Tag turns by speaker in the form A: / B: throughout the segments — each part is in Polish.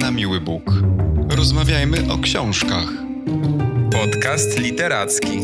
A: na miły Bóg. Rozmawiajmy o książkach.
B: Podcast literacki.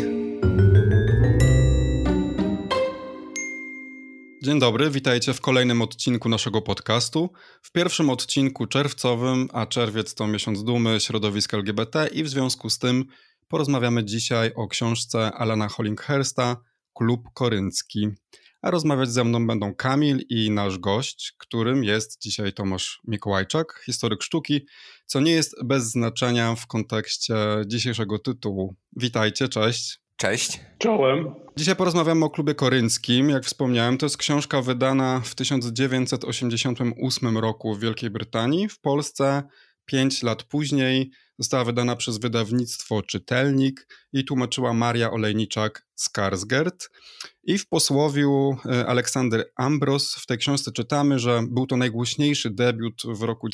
C: Dzień dobry, witajcie w kolejnym odcinku naszego podcastu. W pierwszym odcinku czerwcowym, a czerwiec to miesiąc dumy środowisk LGBT i w związku z tym porozmawiamy dzisiaj o książce Alana Hollinghursta Klub Koryncki. A rozmawiać ze mną będą Kamil i nasz gość, którym jest dzisiaj Tomasz Mikołajczak, historyk sztuki, co nie jest bez znaczenia w kontekście dzisiejszego tytułu. Witajcie, cześć.
B: Cześć.
D: Czołem.
C: Dzisiaj porozmawiamy o Klubie Korynckim. Jak wspomniałem, to jest książka wydana w 1988 roku w Wielkiej Brytanii. W Polsce 5 lat później została wydana przez wydawnictwo Czytelnik i tłumaczyła Maria Olejniczak-Skarsgård. I w posłowiu Aleksander Ambros w tej książce czytamy, że był to najgłośniejszy debiut w roku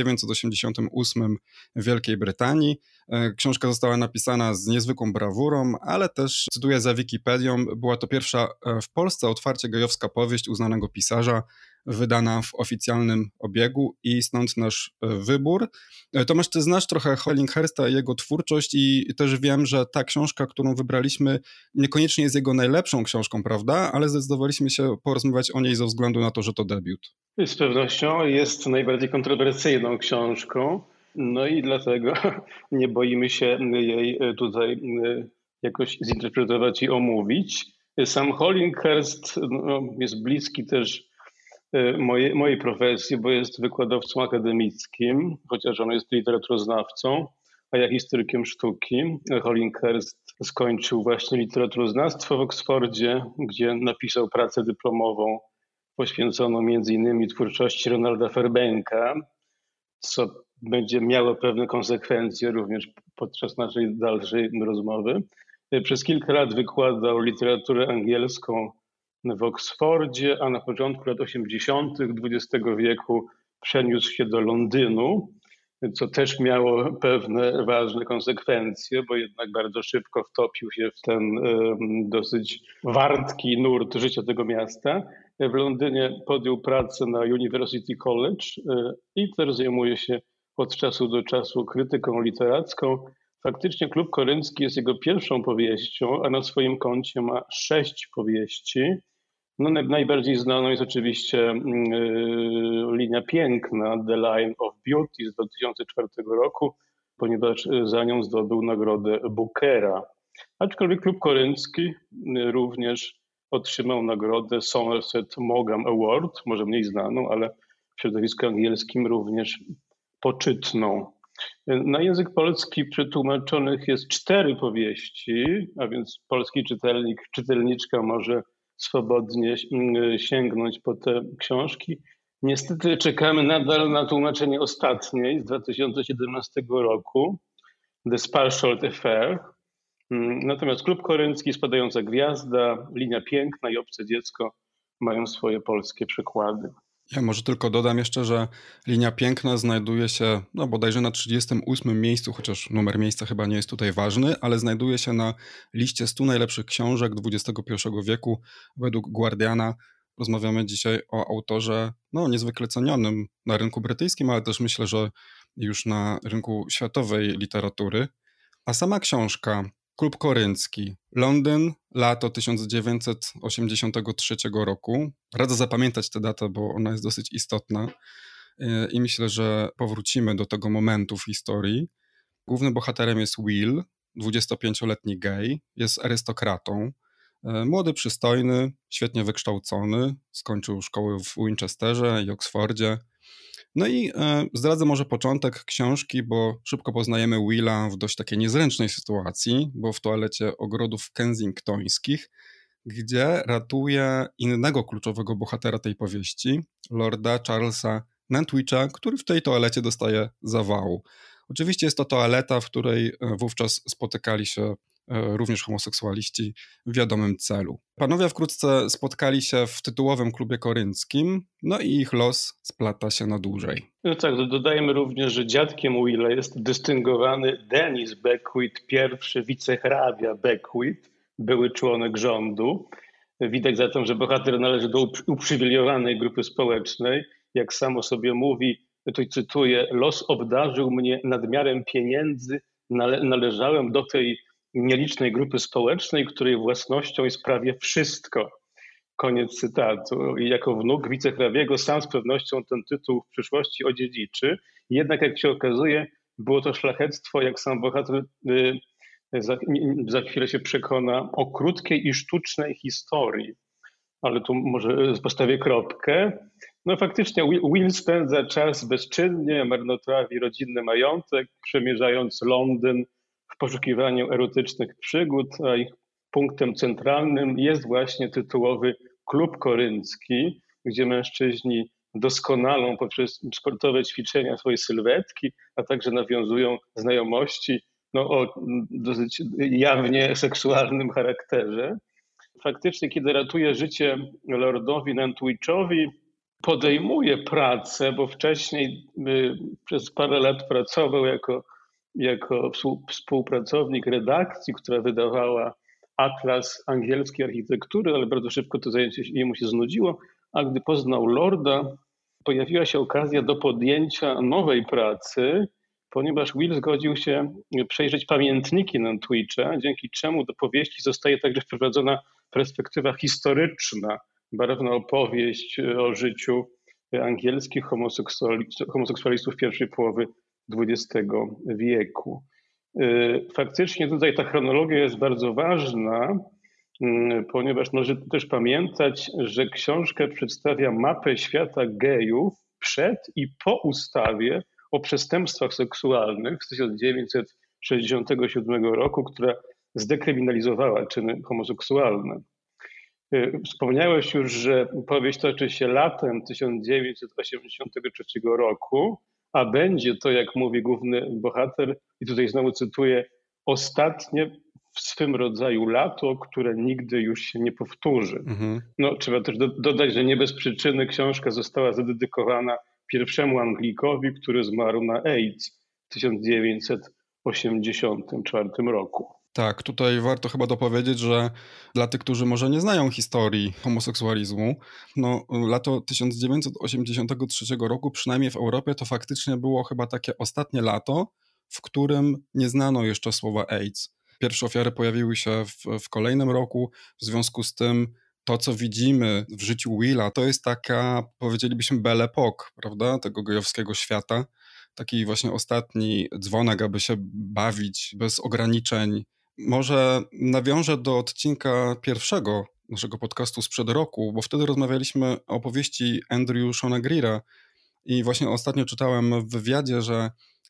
C: 1988 w Wielkiej Brytanii. Książka została napisana z niezwykłą brawurą, ale też, cytuję za Wikipedią, była to pierwsza w Polsce otwarcie gejowska powieść uznanego pisarza, wydana w oficjalnym obiegu i stąd nasz wybór. Tomasz, ty znasz trochę Hollinghursta i jego twórczość i też wiem, że ta książka, którą wybraliśmy, niekoniecznie jest jego najlepszą książką, prawda? Ale zdecydowaliśmy się porozmawiać o niej ze względu na to, że to debiut.
D: Z pewnością jest najbardziej kontrowersyjną książką, no i dlatego nie boimy się jej tutaj jakoś zinterpretować i omówić. Sam Hollinghurst jest bliski też mojej profesji, bo jest wykładowcą akademickim, chociaż on jest literaturoznawcą, a ja historykiem sztuki. Hollinghurst skończył właśnie literaturoznawstwo w Oksfordzie, gdzie napisał pracę dyplomową poświęconą między innymi twórczości Ronalda Fairbanka, co będzie miało pewne konsekwencje również podczas naszej dalszej rozmowy. Przez kilka lat wykładał literaturę angielską w Oksfordzie, a na początku lat 80. XX wieku przeniósł się do Londynu, co też miało pewne ważne konsekwencje, bo jednak bardzo szybko wtopił się w ten dosyć wartki nurt życia tego miasta. W Londynie podjął pracę na University College i też zajmuje się od czasu do czasu krytyką literacką. Faktycznie Klub Koryncki jest jego pierwszą powieścią, a na swoim koncie ma 6 powieści. No, najbardziej znaną jest oczywiście Linia Piękna, The Line of Beauty z 2004 roku, ponieważ za nią zdobył nagrodę Bookera. Aczkolwiek Klub Koryncki również otrzymał nagrodę Somerset Maugham Award, może mniej znaną, ale w środowisku angielskim również poczytną. Na język polski przetłumaczonych jest 4 powieści, a więc polski czytelnik, czytelniczka może swobodnie sięgnąć po te książki. Niestety czekamy nadal na tłumaczenie ostatniej z 2017 roku, The Sparsholt Affair. Natomiast Klub Koryncki, Spadająca Gwiazda, Linia Piękna i Obce Dziecko mają swoje polskie przykłady.
C: Ja może tylko dodam jeszcze, że Linia Piękna znajduje się bodajże na 38 miejscu, chociaż numer miejsca chyba nie jest tutaj ważny, ale znajduje się na liście 100 najlepszych książek XXI wieku według Guardiana. Rozmawiamy dzisiaj o autorze niezwykle cenionym na rynku brytyjskim, ale też myślę, że już na rynku światowej literatury. A sama książka Klub Koryncki, Londyn, lato 1983 roku. Radzę zapamiętać tę datę, bo ona jest dosyć istotna i myślę, że powrócimy do tego momentu w historii. Głównym bohaterem jest Will, 25-letni gej, jest arystokratą, młody, przystojny, świetnie wykształcony, skończył szkoły w Winchesterze i Oksfordzie. No i zdradzę może początek książki, bo szybko poznajemy Willa w dość takiej niezręcznej sytuacji, bo w toalecie ogrodów kensingtońskich, gdzie ratuje innego kluczowego bohatera tej powieści, lorda Charlesa Nantwicha, który w tej toalecie dostaje zawału. Oczywiście jest to toaleta, w której wówczas spotykali się również homoseksualiści w wiadomym celu. Panowie wkrótce spotkali się w tytułowym Klubie Korynckim, no i ich los splata się na dłużej.
D: No tak, dodajmy również, że dziadkiem Willa jest dystyngowany Denis Beckwith, pierwszy wicehrabia Beckwith, były członek rządu. Widać zatem, że bohater należy do uprzywilejowanej grupy społecznej. Jak sam o sobie mówi, tu cytuję, los obdarzył mnie nadmiarem pieniędzy, należałem do tej nielicznej grupy społecznej, której własnością jest prawie wszystko. Koniec cytatu. I jako wnuk wicehrabiego sam z pewnością ten tytuł w przyszłości odziedziczy. Jednak jak się okazuje, było to szlachectwo, jak sam bohater za chwilę się przekona, o krótkiej i sztucznej historii. Ale tu może postawię kropkę. No faktycznie Will spędza czas bezczynnie, marnotrawi rodzinny majątek, przemierzając Londyn w poszukiwaniu erotycznych przygód, a ich punktem centralnym jest właśnie tytułowy klub koryncki, gdzie mężczyźni doskonalą poprzez sportowe ćwiczenia swoje sylwetki, a także nawiązują znajomości o dosyć jawnie seksualnym charakterze. Faktycznie, kiedy ratuje życie lordowi Nantwichowi, podejmuje pracę, bo wcześniej przez parę lat pracował jako współpracownik redakcji, która wydawała Atlas Angielskiej Architektury, ale bardzo szybko to zajęcie jemu się znudziło, a gdy poznał lorda, pojawiła się okazja do podjęcia nowej pracy, ponieważ Will zgodził się przejrzeć pamiętniki Nantwicha, dzięki czemu do powieści zostaje także wprowadzona perspektywa historyczna, barwna opowieść o życiu angielskich homoseksualistów pierwszej połowy XX wieku. Faktycznie tutaj ta chronologia jest bardzo ważna, ponieważ należy też pamiętać, że książka przedstawia mapę świata gejów przed i po ustawie o przestępstwach seksualnych z 1967 roku, która zdekryminalizowała czyny homoseksualne. Wspomniałeś już, że powieść toczy się latem 1983 roku, a będzie to, jak mówi główny bohater, i tutaj znowu cytuję, ostatnie w swym rodzaju lato, które nigdy już się nie powtórzy. No, trzeba też dodać, że nie bez przyczyny książka została zadedykowana pierwszemu Anglikowi, który zmarł na AIDS w 1984 roku.
C: Tak, tutaj warto chyba dopowiedzieć, że dla tych, którzy może nie znają historii homoseksualizmu, lato 1983 roku, przynajmniej w Europie, to faktycznie było chyba takie ostatnie lato, w którym nie znano jeszcze słowa AIDS. Pierwsze ofiary pojawiły się w kolejnym roku, w związku z tym to, co widzimy w życiu Willa, to jest taka, powiedzielibyśmy, belle époque, prawda, tego gejowskiego świata. Taki właśnie ostatni dzwonek, aby się bawić bez ograniczeń. Może nawiążę do odcinka pierwszego naszego podcastu sprzed roku, bo wtedy rozmawialiśmy o powieści Andrew Shona Greera i właśnie ostatnio czytałem w wywiadzie, że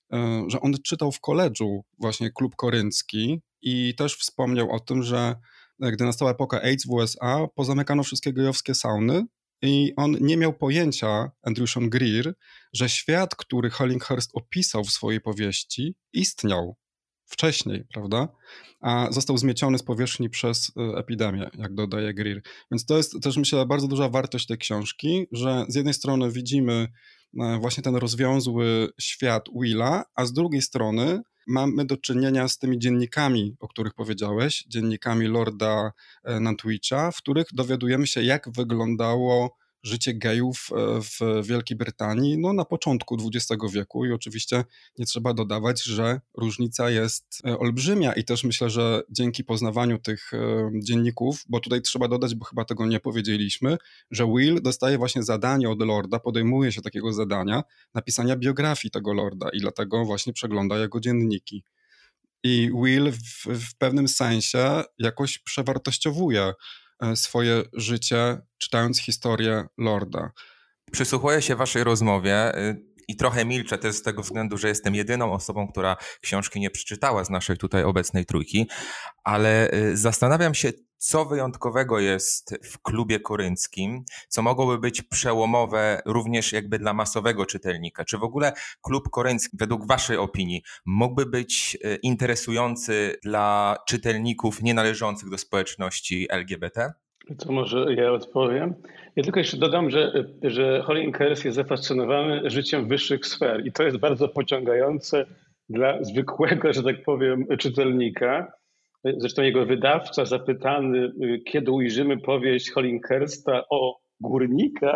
C: on czytał w koledżu właśnie Klub Koryncki i też wspomniał o tym, że gdy nastała epoka AIDS w USA, pozamykano wszystkie gejowskie sauny i on nie miał pojęcia, Andrew Sean Greer, że świat, który Hollinghurst opisał w swojej powieści, istniał wcześniej, prawda? A został zmieciony z powierzchni przez epidemię, jak dodaje Greer. Więc to jest też, myślę, bardzo duża wartość tej książki, że z jednej strony widzimy właśnie ten rozwiązły świat Willa, a z drugiej strony mamy do czynienia z tymi dziennikami, o których powiedziałeś, dziennikami Lorda Nantwicha, w których dowiadujemy się, jak wyglądało życie gejów w Wielkiej Brytanii na początku XX wieku i oczywiście nie trzeba dodawać, że różnica jest olbrzymia i też myślę, że dzięki poznawaniu tych dzienników, bo tutaj trzeba dodać, bo chyba tego nie powiedzieliśmy, że Will dostaje właśnie zadanie od Lorda, podejmuje się takiego zadania napisania biografii tego Lorda i dlatego właśnie przegląda jego dzienniki. I Will w pewnym sensie jakoś przewartościowuje swoje życie, czytając historię Lorda.
B: Przysłuchuję się waszej rozmowie i trochę milczę też z tego względu, że jestem jedyną osobą, która książki nie przeczytała z naszej tutaj obecnej trójki, ale zastanawiam się, co wyjątkowego jest w Klubie Korynckim, co mogłoby być przełomowe również jakby dla masowego czytelnika. Czy w ogóle Klub Koryncki, według waszej opinii, mógłby być interesujący dla czytelników nienależących do społeczności LGBT?
D: To może ja odpowiem. Ja tylko jeszcze dodam, że Hollinghurst jest zafascynowany życiem wyższych sfer i to jest bardzo pociągające dla zwykłego, że tak powiem, czytelnika. Zresztą jego wydawca, zapytany, kiedy ujrzymy powieść Hollinghursta o górnikach,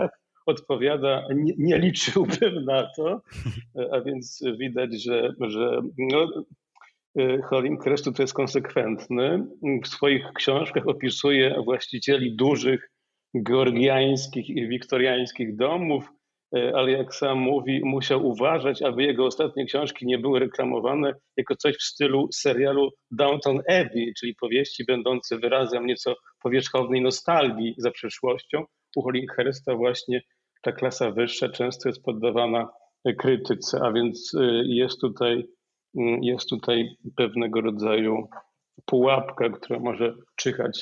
D: odpowiada, nie liczyłbym na to, a więc widać, że Hollingherst tutaj jest konsekwentny. W swoich książkach opisuje właścicieli dużych georgiańskich i wiktoriańskich domów, ale jak sam mówi, musiał uważać, aby jego ostatnie książki nie były reklamowane jako coś w stylu serialu Downton Abbey, czyli powieści będące wyrazem nieco powierzchownej nostalgii za przeszłością. U Hollinghersta właśnie ta klasa wyższa często jest poddawana krytyce, a więc jest tutaj pewnego rodzaju pułapka, która może czyhać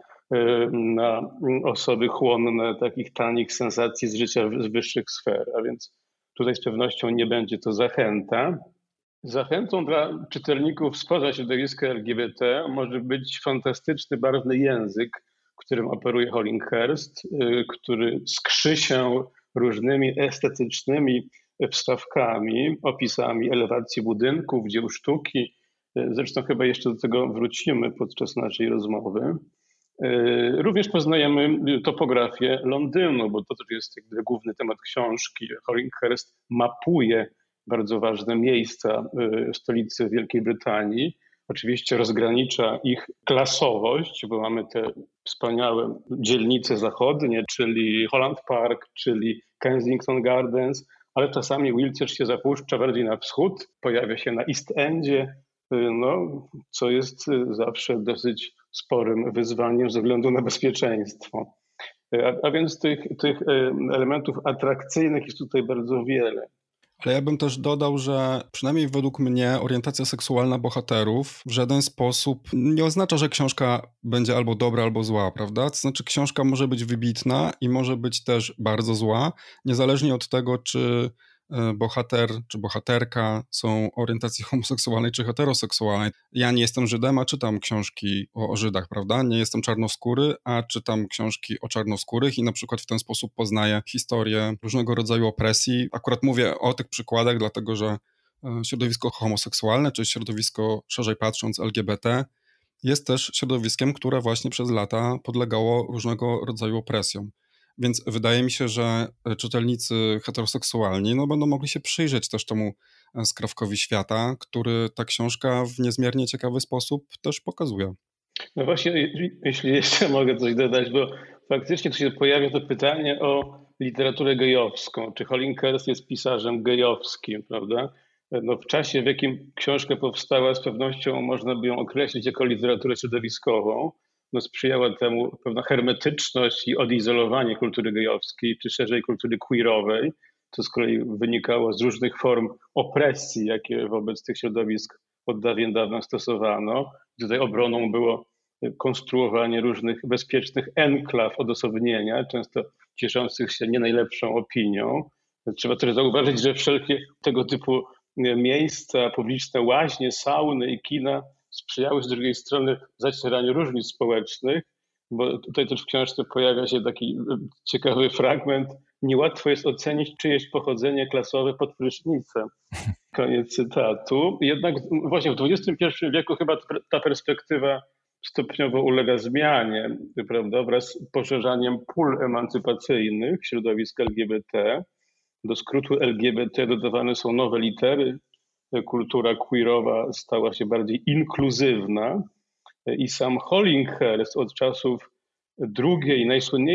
D: na osoby chłonne takich tanich sensacji z życia z wyższych sfer, a więc tutaj z pewnością nie będzie to zachęta. Zachętą dla czytelników spoza środowiska LGBT może być fantastyczny, barwny język, którym operuje Hollingherst, który skrzy się różnymi estetycznymi wstawkami, opisami elewacji budynków, dzieł sztuki. Zresztą chyba jeszcze do tego wrócimy podczas naszej rozmowy. Również poznajemy topografię Londynu, bo to też jest jakby główny temat książki. Hollingherst mapuje bardzo ważne miejsca w stolicy Wielkiej Brytanii. Oczywiście rozgranicza ich klasowość, bo mamy te wspaniałe dzielnice zachodnie, czyli Holland Park, czyli Kensington Gardens, ale czasami Wiltshire się zapuszcza bardziej na wschód, pojawia się na East Endzie, co jest zawsze dosyć sporym wyzwaniem ze względu na bezpieczeństwo. A więc tych elementów atrakcyjnych jest tutaj bardzo wiele.
C: Ale ja bym też dodał, że przynajmniej według mnie orientacja seksualna bohaterów w żaden sposób nie oznacza, że książka będzie albo dobra, albo zła, prawda? To znaczy książka może być wybitna i może być też bardzo zła, niezależnie od tego, czy bohater czy bohaterka są orientacji homoseksualnej czy heteroseksualnej. Ja nie jestem Żydem, a czytam książki o Żydach, prawda? Nie jestem czarnoskóry, a czytam książki o czarnoskórych i na przykład w ten sposób poznaję historię różnego rodzaju opresji. Akurat mówię o tych przykładach, dlatego że środowisko homoseksualne, czy środowisko szerzej patrząc LGBT jest też środowiskiem, które właśnie przez lata podlegało różnego rodzaju opresjom. Więc wydaje mi się, że czytelnicy heteroseksualni będą mogli się przyjrzeć też temu skrawkowi świata, który ta książka w niezmiernie ciekawy sposób też pokazuje.
D: No właśnie, jeśli jeszcze mogę coś dodać, bo faktycznie tu się pojawia to pytanie o literaturę gejowską. Czy Hollingherst jest pisarzem gejowskim, prawda? W czasie, w jakim książka powstała, z pewnością można by ją określić jako literaturę środowiskową. Sprzyjała temu pewna hermetyczność i odizolowanie kultury gejowskiej, czy szerzej kultury queerowej, co z kolei wynikało z różnych form opresji, jakie wobec tych środowisk od dawien dawna stosowano. Tutaj obroną było konstruowanie różnych bezpiecznych enklaw odosobnienia, często cieszących się nie najlepszą opinią. Trzeba też zauważyć, że wszelkie tego typu miejsca publiczne, łaźnie, sauny i kina sprzyjały z drugiej strony zacieraniu różnic społecznych, bo tutaj też w książce pojawia się taki ciekawy fragment. Niełatwo jest ocenić czyjeś pochodzenie klasowe pod prysznicem. Koniec cytatu. Jednak właśnie w XXI wieku chyba ta perspektywa stopniowo ulega zmianie, prawda? Wraz z poszerzaniem pól emancypacyjnych środowisk LGBT. Do skrótu LGBT dodawane są nowe litery. Kultura queerowa stała się bardziej inkluzywna i sam Hollingherst od czasów drugiej,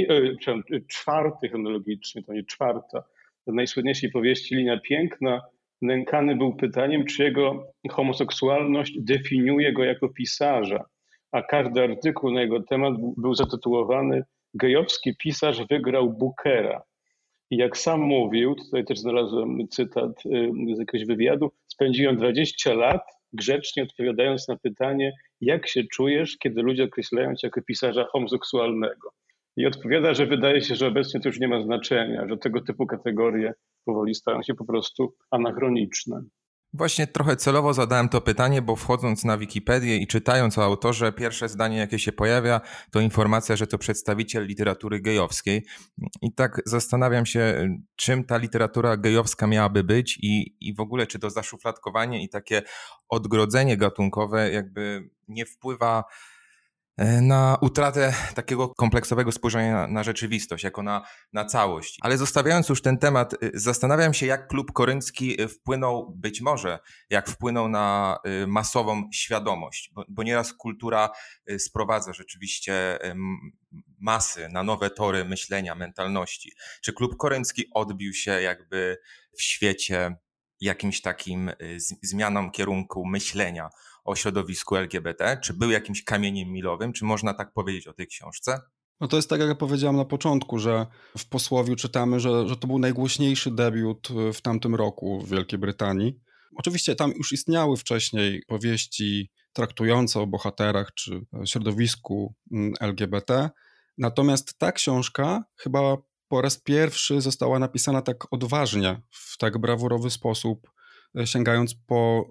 D: czwartej chronologicznie, to nie czwarta, najsłynniejszej powieści Linia Piękna, nękany był pytaniem, czy jego homoseksualność definiuje go jako pisarza, a każdy artykuł na jego temat był zatytułowany Gejowski pisarz wygrał Bookera. I jak sam mówił, tutaj też znalazłem cytat z jakiegoś wywiadu, spędziłem 20 lat grzecznie odpowiadając na pytanie, jak się czujesz, kiedy ludzie określają cię jako pisarza homoseksualnego. I odpowiada, że wydaje się, że obecnie to już nie ma znaczenia, że tego typu kategorie powoli stają się po prostu anachroniczne.
B: Właśnie trochę celowo zadałem to pytanie, bo wchodząc na Wikipedię i czytając o autorze, pierwsze zdanie, jakie się pojawia, to informacja, że to przedstawiciel literatury gejowskiej. I tak zastanawiam się, czym ta literatura gejowska miałaby być i w ogóle, czy to zaszufladkowanie i takie odgrodzenie gatunkowe jakby nie wpływa Na utratę takiego kompleksowego spojrzenia na rzeczywistość, jako na całość. Ale zostawiając już ten temat, zastanawiam się, jak klub koryncki wpłynął, być może, jak wpłynął na masową świadomość, bo nieraz kultura sprowadza rzeczywiście masy na nowe tory myślenia, mentalności. Czy klub koryncki odbił się jakby w świecie jakimś takim zmianą kierunku myślenia o środowisku LGBT? Czy był jakimś kamieniem milowym? Czy można tak powiedzieć o tej książce?
C: No to jest tak, jak ja powiedziałam na początku, że w posłowiu czytamy, że to był najgłośniejszy debiut w tamtym roku w Wielkiej Brytanii. Oczywiście tam już istniały wcześniej powieści traktujące o bohaterach czy środowisku LGBT, natomiast ta książka chyba po raz pierwszy została napisana tak odważnie, w tak brawurowy sposób, sięgając po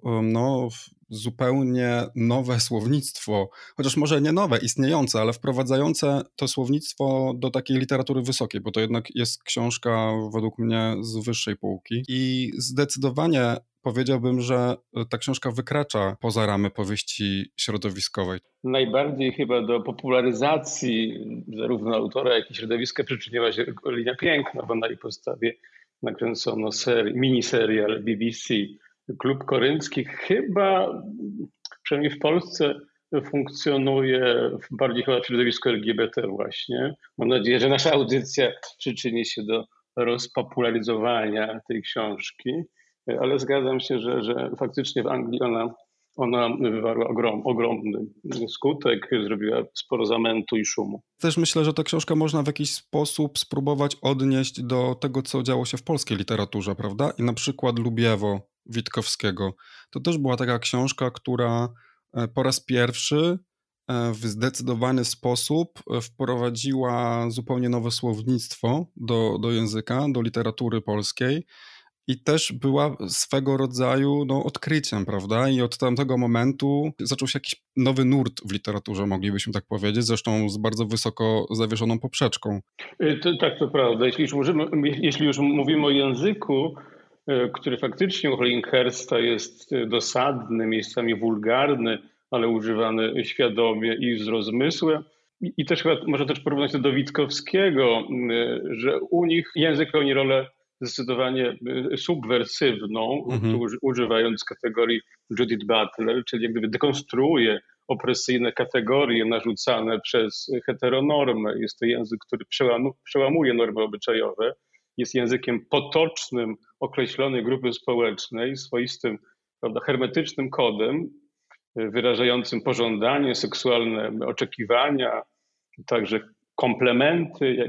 C: zupełnie nowe słownictwo, chociaż może nie nowe, istniejące, ale wprowadzające to słownictwo do takiej literatury wysokiej, bo to jednak jest książka według mnie z wyższej półki i zdecydowanie powiedziałbym, że ta książka wykracza poza ramy powieści środowiskowej.
D: Najbardziej chyba do popularyzacji zarówno autora, jak i środowiska przyczyniła się Linia Piękna, bo na jej podstawie nakręcono miniserial BBC Klub Koryncki. Chyba, przynajmniej w Polsce, funkcjonuje bardziej chyba w środowisku LGBT właśnie. Mam nadzieję, że nasza audycja przyczyni się do rozpopularyzowania tej książki, ale zgadzam się, że faktycznie w Anglii ona wywarła ogromny skutek, zrobiła sporo zamętu i szumu.
C: Też myślę, że tę książkę można w jakiś sposób spróbować odnieść do tego, co działo się w polskiej literaturze, prawda? I na przykład Lubiewo Witkowskiego. To też była taka książka, która po raz pierwszy w zdecydowany sposób wprowadziła zupełnie nowe słownictwo do języka, do literatury polskiej. I też była swego rodzaju odkryciem, prawda? I od tamtego momentu zaczął się jakiś nowy nurt w literaturze, moglibyśmy tak powiedzieć, zresztą z bardzo wysoko zawieszoną poprzeczką.
D: Tak, to prawda. Jeśli już mówimy o języku, który faktycznie u Hollinghursta jest dosadny, miejscami wulgarny, ale używany świadomie i z rozmysłem. I też chyba można też porównać to do Witkowskiego, że u nich język pełni rolę zdecydowanie subwersywną, używając kategorii Judith Butler, czyli jak gdyby dekonstruuje opresyjne kategorie narzucane przez heteronormę. Jest to język, który przełamuje normy obyczajowe. Jest językiem potocznym określonej grupy społecznej, swoistym, prawda, hermetycznym kodem, wyrażającym pożądanie, seksualne oczekiwania, także komplementy,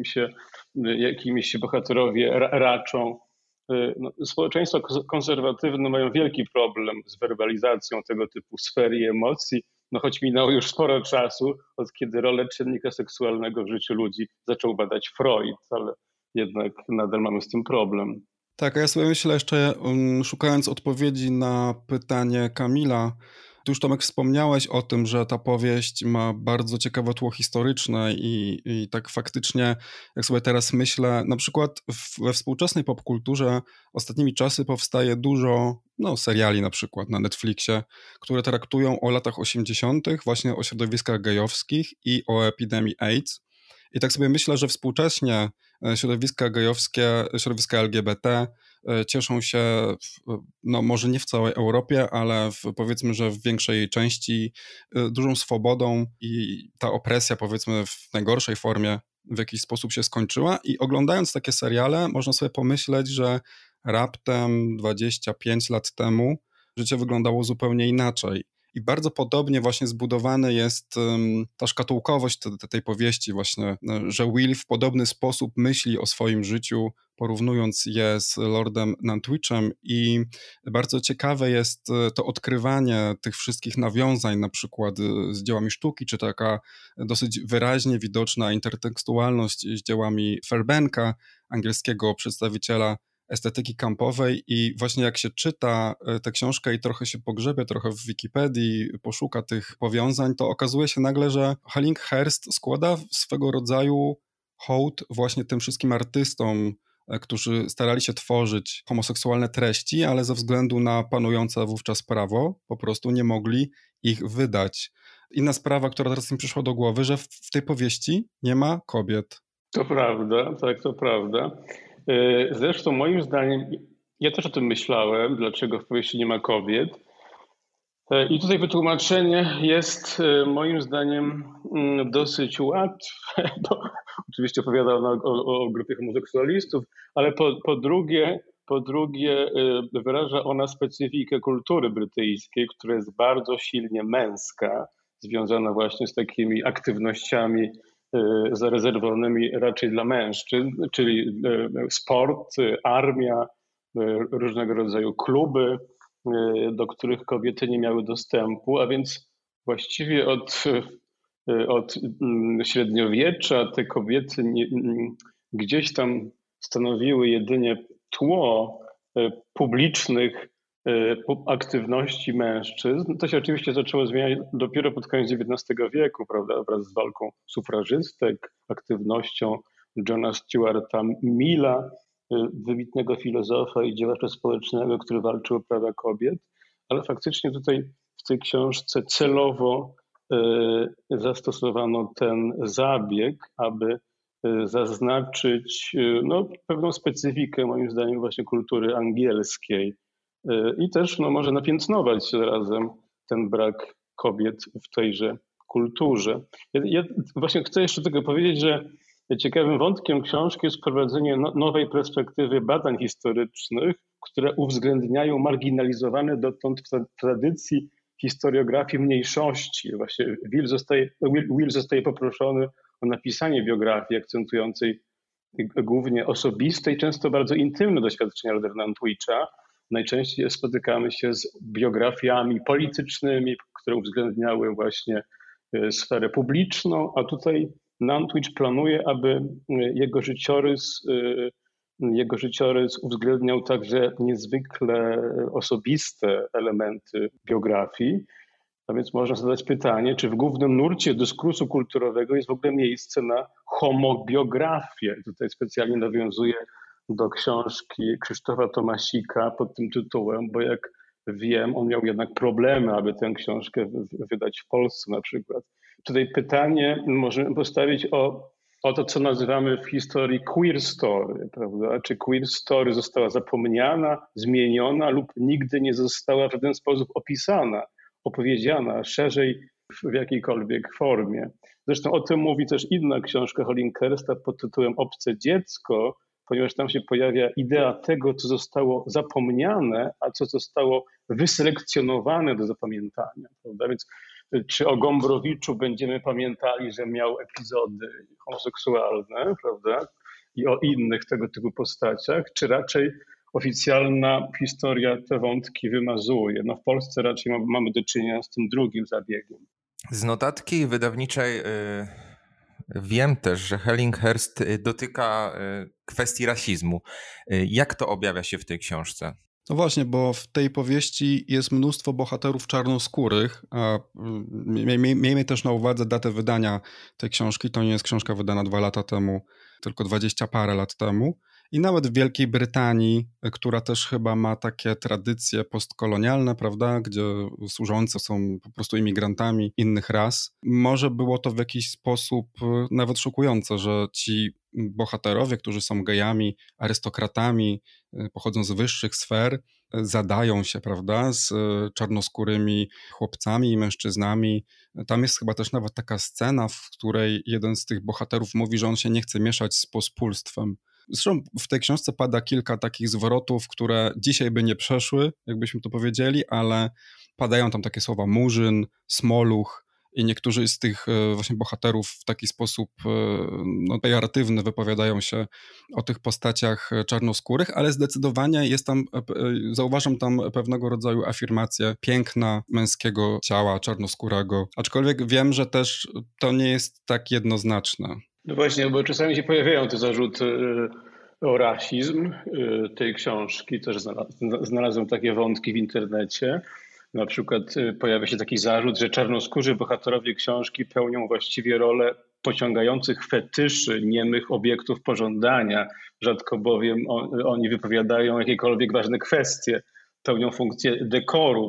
D: jakimi się bohaterowie raczą. Społeczeństwa konserwatywne mają wielki problem z werbalizacją tego typu sfer i emocji, choć minęło już sporo czasu, od kiedy rolę czynnika seksualnego w życiu ludzi zaczął badać Freud, ale jednak nadal mamy z tym problem.
C: Tak, a ja sobie myślę jeszcze, szukając odpowiedzi na pytanie Kamila, ty już, Tomek, wspomniałeś o tym, że ta powieść ma bardzo ciekawe tło historyczne i tak faktycznie, jak sobie teraz myślę, na przykład we współczesnej popkulturze ostatnimi czasy powstaje dużo seriali na przykład na Netflixie, które traktują o latach 80., właśnie o środowiskach gejowskich i o epidemii AIDS. I tak sobie myślę, że współcześnie środowiska gejowskie, środowiska LGBT cieszą się, może nie w całej Europie, ale powiedzmy, że w większej jej części dużą swobodą i ta opresja, powiedzmy, w najgorszej formie w jakiś sposób się skończyła. I oglądając takie seriale można sobie pomyśleć, że raptem 25 lat temu życie wyglądało zupełnie inaczej. I bardzo podobnie właśnie zbudowana jest ta szkatułkowość tej powieści właśnie, że Will w podobny sposób myśli o swoim życiu, porównując je z Lordem Nantwichem, i bardzo ciekawe jest to odkrywanie tych wszystkich nawiązań, na przykład z dziełami sztuki, czy taka dosyć wyraźnie widoczna intertekstualność z dziełami Fairbanka, angielskiego przedstawiciela estetyki kampowej. I właśnie jak się czyta tę książkę i trochę się pogrzebie, trochę w Wikipedii poszuka tych powiązań, to okazuje się nagle, że Hollinghurst składa swego rodzaju hołd właśnie tym wszystkim artystom, którzy starali się tworzyć homoseksualne treści, ale ze względu na panujące wówczas prawo po prostu nie mogli ich wydać. Inna sprawa, która teraz mi przyszła do głowy, że w tej powieści nie ma kobiet.
D: To prawda, tak, to prawda. Zresztą moim zdaniem, ja też o tym myślałem, dlaczego w powieści nie ma kobiet. I tutaj wytłumaczenie jest moim zdaniem dosyć łatwe, bo oczywiście opowiada ona o grupie homoseksualistów, ale po drugie wyraża ona specyfikę kultury brytyjskiej, która jest bardzo silnie męska, związana właśnie z takimi aktywnościami zarezerwowanymi raczej dla mężczyzn, czyli sport, armia, różnego rodzaju kluby, do których kobiety nie miały dostępu, a więc właściwie od średniowiecza te kobiety gdzieś tam stanowiły jedynie tło publicznych aktywności mężczyzn. To się oczywiście zaczęło zmieniać dopiero pod koniec XIX wieku, prawda, wraz z walką sufrażystek, aktywnością Johna Stuarta Milla, wybitnego filozofa i działacza społecznego, który walczył o prawa kobiet, ale faktycznie tutaj w tej książce celowo zastosowano ten zabieg, aby zaznaczyć pewną specyfikę, moim zdaniem, właśnie kultury angielskiej i też może napiętnować razem ten brak kobiet w tejże kulturze. Ja właśnie chcę jeszcze tego powiedzieć, że ciekawym wątkiem książki jest wprowadzenie nowej perspektywy badań historycznych, które uwzględniają marginalizowane dotąd w tradycji historiografii mniejszości. Właśnie Will zostaje poproszony o napisanie biografii akcentującej głównie osobiste i często bardzo intymne doświadczenia Lorda Nantwicha. Najczęściej spotykamy się z biografiami politycznymi, które uwzględniały właśnie sferę publiczną, a tutaj Nantwich planuje, aby jego życiorys uwzględniał także niezwykle osobiste elementy biografii. A więc można zadać pytanie, czy w głównym nurcie dyskursu kulturowego jest w ogóle miejsce na homobiografię. Tutaj specjalnie nawiązuję do książki Krzysztofa Tomasika pod tym tytułem, bo jak wiem, on miał jednak problemy, aby tę książkę wydać w Polsce na przykład. Tutaj pytanie możemy postawić o to, co nazywamy w historii queer story, prawda? Czy queer story została zapomniana, zmieniona lub nigdy nie została w żaden sposób opisana, opowiedziana szerzej w jakiejkolwiek formie. Zresztą o tym mówi też inna książka Hollinghersta pod tytułem Obce dziecko, ponieważ tam się pojawia idea tego, co zostało zapomniane, a co zostało wyselekcjonowane do zapamiętania, prawda? Więc czy o Gombrowiczu będziemy pamiętali, że miał epizody homoseksualne, prawda? I o innych tego typu postaciach, czy raczej oficjalna historia te wątki wymazuje? W Polsce raczej mamy do czynienia z tym drugim zabiegiem.
B: Z notatki wydawniczej wiem też, że Hollingherst dotyka kwestii rasizmu. Jak to objawia się w tej książce?
C: No właśnie, bo w tej powieści jest mnóstwo bohaterów czarnoskórych, a miejmy też na uwadze datę wydania tej książki. To nie jest książka wydana 2 lata temu, tylko 20 parę lat temu. I nawet w Wielkiej Brytanii, która też chyba ma takie tradycje postkolonialne, prawda, gdzie służący są po prostu imigrantami innych ras, może było to w jakiś sposób nawet szokujące, że ci bohaterowie, którzy są gejami, arystokratami, pochodzą z wyższych sfer, zadają się, prawda, z czarnoskórymi chłopcami i mężczyznami. Tam jest chyba też nawet taka scena, w której jeden z tych bohaterów mówi, że on się nie chce mieszać z pospólstwem. Zresztą w tej książce pada kilka takich zwrotów, które dzisiaj by nie przeszły, jakbyśmy to powiedzieli, ale padają tam takie słowa murzyn, smoluch i niektórzy z tych właśnie bohaterów w taki sposób pejoratywny wypowiadają się o tych postaciach czarnoskórych, ale zdecydowanie jest tam, zauważam tam pewnego rodzaju afirmację piękna męskiego ciała czarnoskórego, aczkolwiek wiem, że też to nie jest tak jednoznaczne.
D: No właśnie, bo czasami się pojawiają te zarzuty o rasizm tej książki. Też znalazłem takie wątki w internecie. Na przykład pojawia się taki zarzut, że czarnoskórzy bohaterowie książki pełnią właściwie rolę pociągających fetyszy niemych obiektów pożądania. Rzadko bowiem oni wypowiadają jakiekolwiek ważne kwestie. Pełnią funkcję dekorum,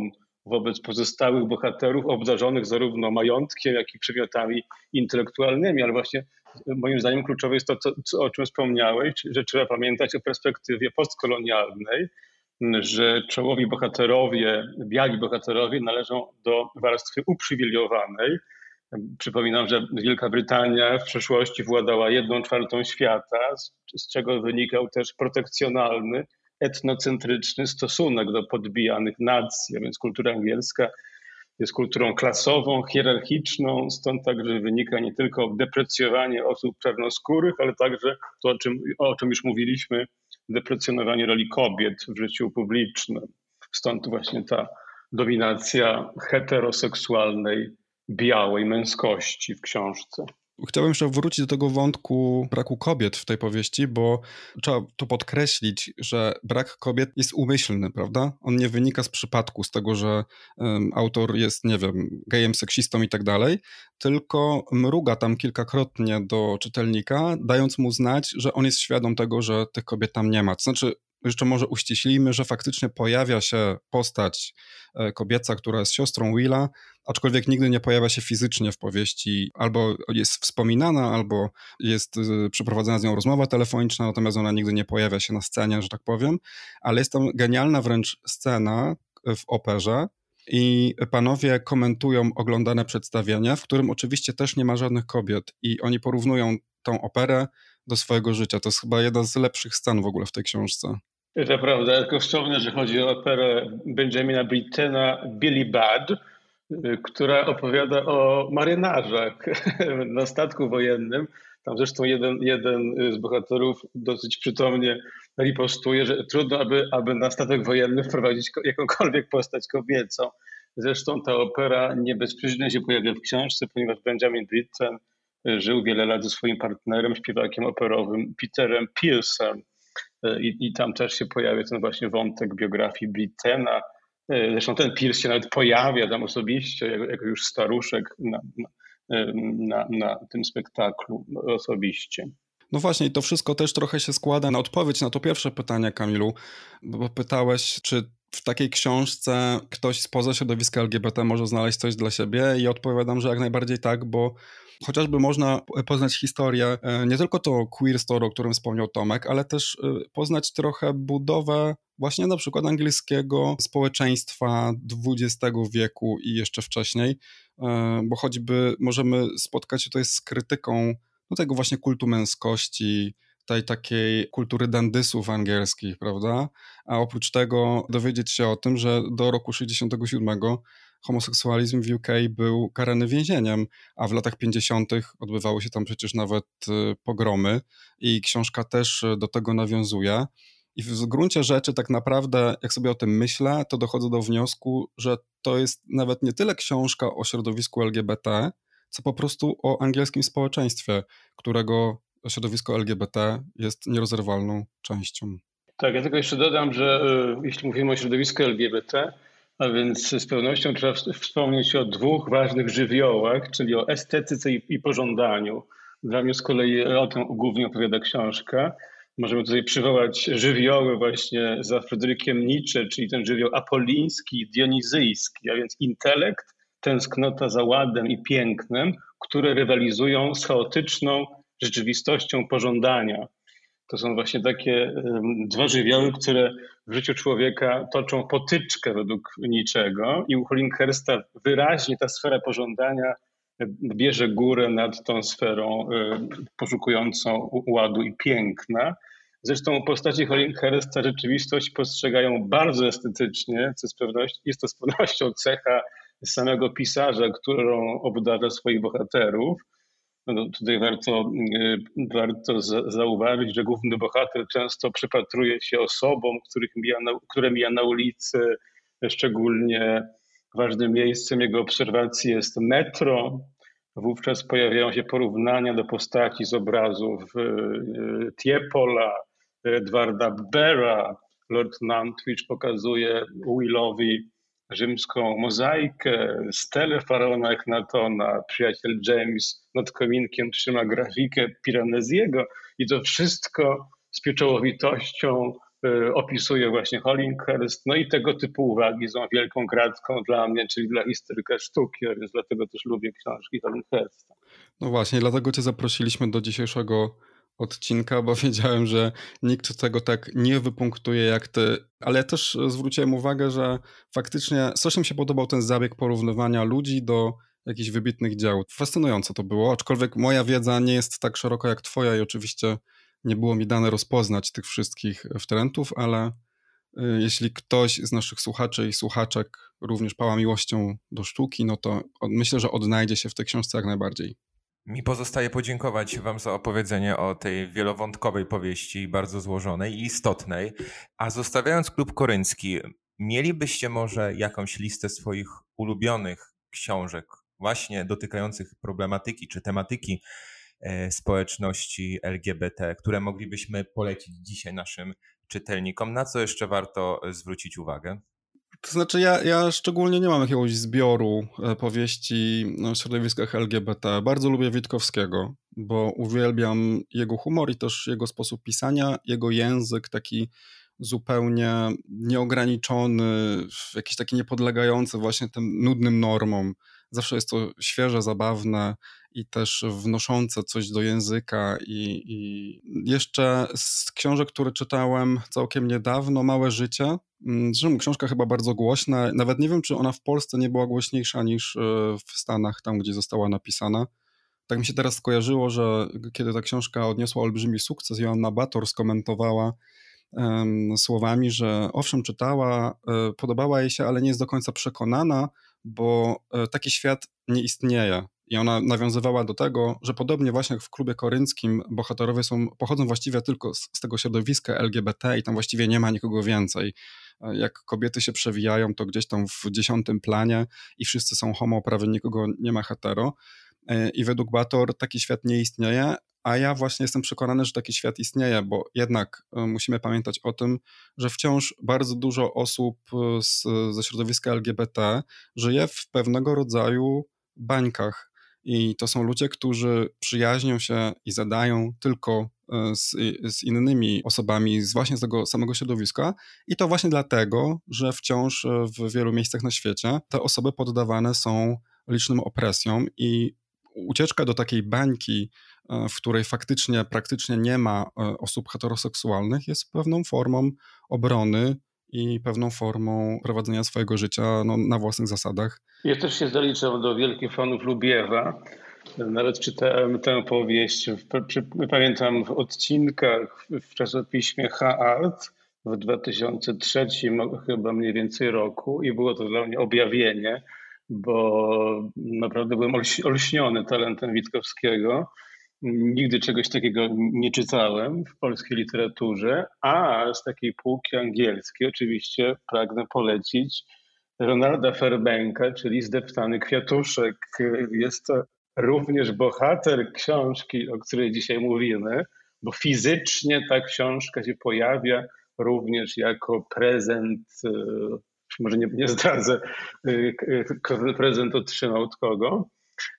D: wobec pozostałych bohaterów obdarzonych zarówno majątkiem, jak i przedmiotami intelektualnymi, ale właśnie moim zdaniem kluczowe jest to, o czym wspomniałeś, że trzeba pamiętać o perspektywie postkolonialnej, że czołowi bohaterowie, biali bohaterowie należą do warstwy uprzywilejowanej. Przypominam, że Wielka Brytania w przeszłości władała 1/4 świata, z czego wynikał też protekcjonalny, etnocentryczny stosunek do podbijanych nacji, a więc kultura angielska jest kulturą klasową, hierarchiczną, stąd także wynika nie tylko deprecjowanie osób czarnoskórych, ale także to, o czym już mówiliśmy, deprecjonowanie roli kobiet w życiu publicznym. Stąd właśnie ta dominacja heteroseksualnej, białej męskości w książce.
C: Chciałbym jeszcze wrócić do tego wątku braku kobiet w tej powieści, bo trzeba tu podkreślić, że brak kobiet jest umyślny, prawda? On nie wynika z przypadku, z tego, że autor jest, nie wiem, gejem, seksistą i tak dalej, tylko mruga tam kilkakrotnie do czytelnika, dając mu znać, że on jest świadom tego, że tych kobiet tam nie ma. To znaczy, jeszcze może uściślimy, że faktycznie pojawia się postać kobieca, która jest siostrą Willa, aczkolwiek nigdy nie pojawia się fizycznie w powieści, albo jest wspominana, albo jest przeprowadzana z nią rozmowa telefoniczna, natomiast ona nigdy nie pojawia się na scenie, że tak powiem, ale jest tam genialna wręcz scena w operze i panowie komentują oglądane przedstawienie, w którym oczywiście też nie ma żadnych kobiet i oni porównują tą operę do swojego życia. To jest chyba jedna z lepszych scen w ogóle w tej książce.
D: To prawda, tylko wspomnę, że chodzi o operę Benjamina Brittena Billy Budd, która opowiada o marynarzach na statku wojennym. Tam zresztą jeden z bohaterów dosyć przytomnie ripostuje, że trudno, aby na statek wojenny wprowadzić jakąkolwiek postać kobiecą. Zresztą ta opera nie bez przyczyny się pojawia w książce, ponieważ Benjamin Britten żył wiele lat ze swoim partnerem, śpiewakiem operowym Peterem Pearsem. I tam też się pojawia ten właśnie wątek biografii Brittena. Zresztą ten Pierce się nawet pojawia tam osobiście, jako już staruszek na tym spektaklu osobiście.
C: No właśnie, i to wszystko też trochę się składa na odpowiedź na to pierwsze pytanie, Kamilu, bo pytałeś, czy w takiej książce ktoś spoza środowiska LGBT może znaleźć coś dla siebie i odpowiadam, że jak najbardziej tak, bo chociażby można poznać historię, nie tylko to queer story, o którym wspomniał Tomek, ale też poznać trochę budowę właśnie na przykład angielskiego społeczeństwa XX wieku i jeszcze wcześniej, bo choćby możemy spotkać się tutaj z krytyką tego właśnie kultu męskości, tej takiej kultury dandysów angielskich, prawda? A oprócz tego dowiedzieć się o tym, że do roku 67 homoseksualizm w UK był karany więzieniem, a w latach 50. odbywały się tam przecież nawet pogromy i książka też do tego nawiązuje. I w gruncie rzeczy tak naprawdę, jak sobie o tym myślę, to dochodzę do wniosku, że to jest nawet nie tyle książka o środowisku LGBT, co po prostu o angielskim społeczeństwie, którego środowisko LGBT jest nierozerwalną częścią.
D: Tak, ja tylko jeszcze dodam, że jeśli mówimy o środowisku LGBT, a więc z pewnością trzeba wspomnieć o dwóch ważnych żywiołach, czyli o estetyce i pożądaniu. Dla mnie z kolei o tym głównie opowiada książka. Możemy tutaj przywołać żywioły właśnie za Fryderykiem Nietzsche, czyli ten żywioł apoliński, dionizyjski, a więc intelekt, tęsknota za ładem i pięknem, które rywalizują z chaotyczną rzeczywistością pożądania. To są właśnie takie dwa żywioły, które w życiu człowieka toczą potyczkę według Nietzschego i u Hollinghursta wyraźnie ta sfera pożądania bierze górę nad tą sferą poszukującą ładu i piękna. Zresztą postaci Hollinghursta rzeczywistość postrzegają bardzo estetycznie, co jest to z pewnością cecha samego pisarza, którą obdarza swoich bohaterów. No, tutaj warto zauważyć, że główny bohater często przypatruje się osobom, które mija na ulicy. Szczególnie ważnym miejscem jego obserwacji jest metro. Wówczas pojawiają się porównania do postaci z obrazów Tiepola, Edwarda Bera. Lord Nantwich pokazuje Willowi rzymską mozaikę, stelę faraona Echnatona, przyjaciel James nad kominkiem trzyma grafikę Piranesiego i to wszystko z pieczołowitością opisuje właśnie Hollinghurst. No i tego typu uwagi są wielką gratką dla mnie, czyli dla historyka sztuki, więc dlatego też lubię książki Hollinghursta.
C: No właśnie, dlatego cię zaprosiliśmy do dzisiejszego odcinka, bo wiedziałem, że nikt tego tak nie wypunktuje jak ty, ale też zwróciłem uwagę, że faktycznie strasznie mi się podobał ten zabieg porównywania ludzi do jakichś wybitnych dzieł. Fascynujące to było, aczkolwiek moja wiedza nie jest tak szeroka jak twoja i oczywiście nie było mi dane rozpoznać tych wszystkich wtrętów, ale jeśli ktoś z naszych słuchaczy i słuchaczek również pała miłością do sztuki, no to myślę, że odnajdzie się w tej książce jak najbardziej.
B: Mi pozostaje podziękować wam za opowiedzenie o tej wielowątkowej powieści, bardzo złożonej i istotnej. A zostawiając Klub Koryncki, mielibyście może jakąś listę swoich ulubionych książek, właśnie dotykających problematyki czy tematyki społeczności LGBT, które moglibyśmy polecić dzisiaj naszym czytelnikom? Na co jeszcze warto zwrócić uwagę?
C: To znaczy ja szczególnie nie mam jakiegoś zbioru powieści o środowiskach LGBT. Bardzo lubię Witkowskiego, bo uwielbiam jego humor i też jego sposób pisania, jego język taki zupełnie nieograniczony, jakiś taki niepodlegający właśnie tym nudnym normom. Zawsze jest to świeże, zabawne i też wnoszące coś do języka i jeszcze z książek, które czytałem całkiem niedawno, Małe życie. Zresztą książka chyba bardzo głośna, nawet nie wiem, czy ona w Polsce nie była głośniejsza niż w Stanach, tam gdzie została napisana. Tak mi się teraz skojarzyło, że kiedy ta książka odniosła olbrzymi sukces, Joanna Bator skomentowała słowami, że owszem czytała, podobała jej się, ale nie jest do końca przekonana, bo taki świat nie istnieje. I ona nawiązywała do tego, że podobnie właśnie jak w Klubie Korynckim bohaterowie pochodzą właściwie tylko z tego środowiska LGBT i tam właściwie nie ma nikogo więcej. Jak kobiety się przewijają, to gdzieś tam w 10. planie i wszyscy są homo, prawie nikogo nie ma hetero. I według Bator taki świat nie istnieje, a ja właśnie jestem przekonany, że taki świat istnieje, bo jednak musimy pamiętać o tym, że wciąż bardzo dużo osób ze środowiska LGBT żyje w pewnego rodzaju bańkach. I to są ludzie, którzy przyjaźnią się i zadają tylko z innymi osobami właśnie z tego samego środowiska. I to właśnie dlatego, że wciąż w wielu miejscach na świecie te osoby poddawane są licznym opresjom i ucieczka do takiej bańki, w której faktycznie, praktycznie nie ma osób heteroseksualnych, jest pewną formą obrony i pewną formą prowadzenia swojego życia na własnych zasadach.
D: Ja też się zaliczam do wielkich fanów Lubiewa. Nawet czytałem tę powieść, pamiętam w odcinkach w czasopiśmie H-Art w 2003 chyba mniej więcej roku i było to dla mnie objawienie, bo naprawdę byłem olśniony talentem Witkowskiego. Nigdy czegoś takiego nie czytałem w polskiej literaturze, a z takiej półki angielskiej oczywiście pragnę polecić Ronalda Fairbanka, czyli Zdeptany kwiatuszek. Jest to również bohater książki, o której dzisiaj mówimy, bo fizycznie ta książka się pojawia również jako prezent, może nie zdradzę, prezent otrzymał od kogo.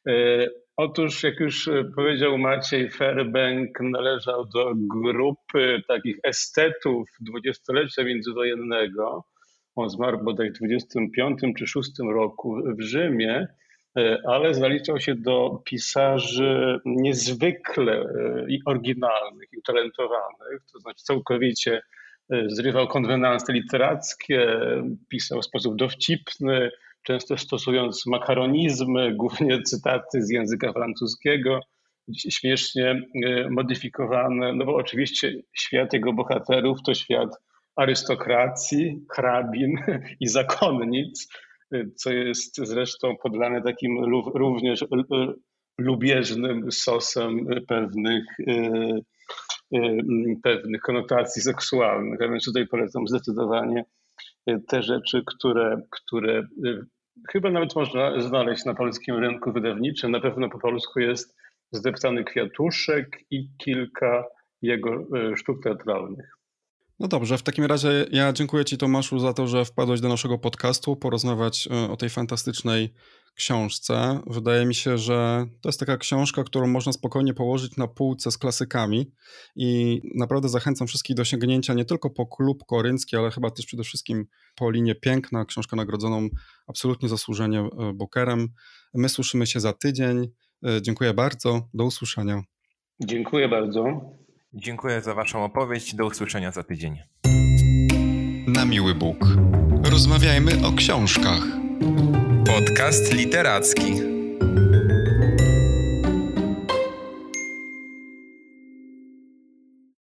D: Otóż, jak już powiedział Maciej, Fairbank należał do grupy takich estetów dwudziestolecia międzywojennego. On zmarł bodaj w 25 czy 6 roku w Rzymie, ale zaliczał się do pisarzy niezwykle oryginalnych i utalentowanych, to znaczy całkowicie zrywał konwenanse literackie, pisał w sposób dowcipny, często stosując makaronizmy, głównie cytaty z języka francuskiego, śmiesznie modyfikowane, no bo oczywiście świat jego bohaterów to świat arystokracji, hrabin i zakonnic, co jest zresztą podlane takim również lubieżnym sosem pewnych konotacji seksualnych. A więc tutaj polecam zdecydowanie te rzeczy, które chyba nawet można znaleźć na polskim rynku wydawniczym. Na pewno po polsku jest Zdeptany kwiatuszek i kilka jego sztuk teatralnych.
C: No dobrze, w takim razie ja dziękuję Ci, Tomaszu, za to, że wpadłeś do naszego podcastu porozmawiać o tej fantastycznej książce. Wydaje mi się, że to jest taka książka, którą można spokojnie położyć na półce z klasykami i naprawdę zachęcam wszystkich do sięgnięcia nie tylko po Klub Koryncki, ale chyba też przede wszystkim po Linię Piękna, książkę nagrodzoną absolutnie zasłużenie Bookerem. My słyszymy się za tydzień. Dziękuję bardzo. Do usłyszenia.
D: Dziękuję bardzo.
B: Dziękuję za waszą opowieść. Do usłyszenia za tydzień.
A: Na miły Bóg. Rozmawiajmy o książkach.
B: Podcast literacki.